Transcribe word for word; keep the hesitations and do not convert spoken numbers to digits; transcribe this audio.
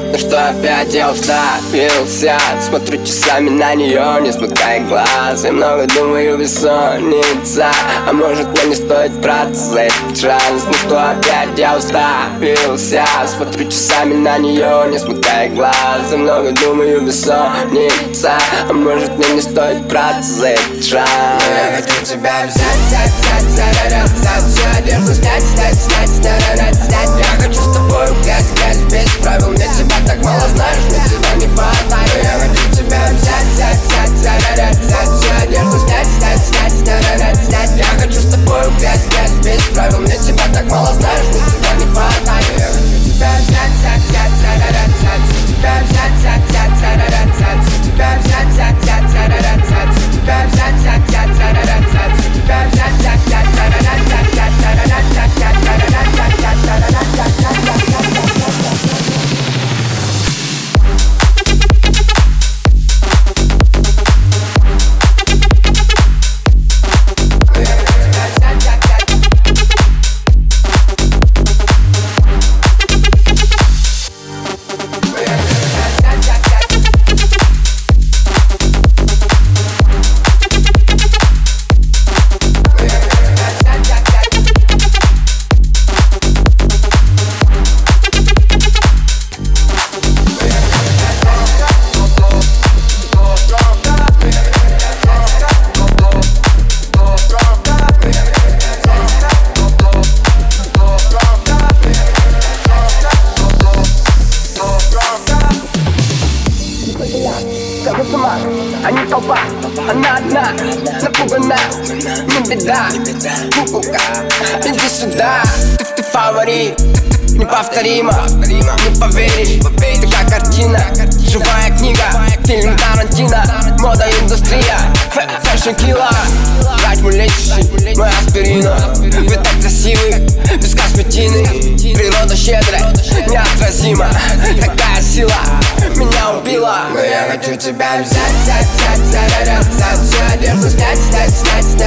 Ну что опять я уставился, смотрю часами на нее, не смыкая глаз. И много думаю, бессонница. А может мне не стоит браться за этот шанс. Ну что опять я уставился, смотрю часами на нее, не смыкая глаз. И много думаю, бессонница. А может мне не стоит браться за этот шанс. Я хочу тебя взять, взять, взять, взять, взять, всю одежду снять, снять, снять, снять, снять. Я хочу с тобой гулять, гулять без правил. Мне тебя так мало знаешь, мне тебя не хватает. Я хочу тебя взять, взять, взять, взять, взять, всю одежду снять, снять, снять, снять, снять. Я хочу с тобой гулять, гулять без правил. Мне тебя так мало знаешь, мне тебя не хватает. Я хочу тебя взять, взять, взять, взять, взять, тебя взять, взять, взять, взять, взять, тебя взять, взять, взять, взять, взять, тебя взять, взять, взять, взять, взять, тебя взять, взять, взять, взять, А не толпа, она одна, напугана, не беда, куколка, иди сюда. Ты, ты фаворит, неповторима, не поверишь. Ты как картина, живая книга, фильм Тарантино, мода индустрия, фэшн килла. Врач мой лечащий, мой аспирин. Вы так красивы, без косметины. Природа щедрая, неотразима. Такая сила меня убила. Но я хочу тебя взять, взять, взять, взять, взять, всю одежду снять, снять, снять, снять.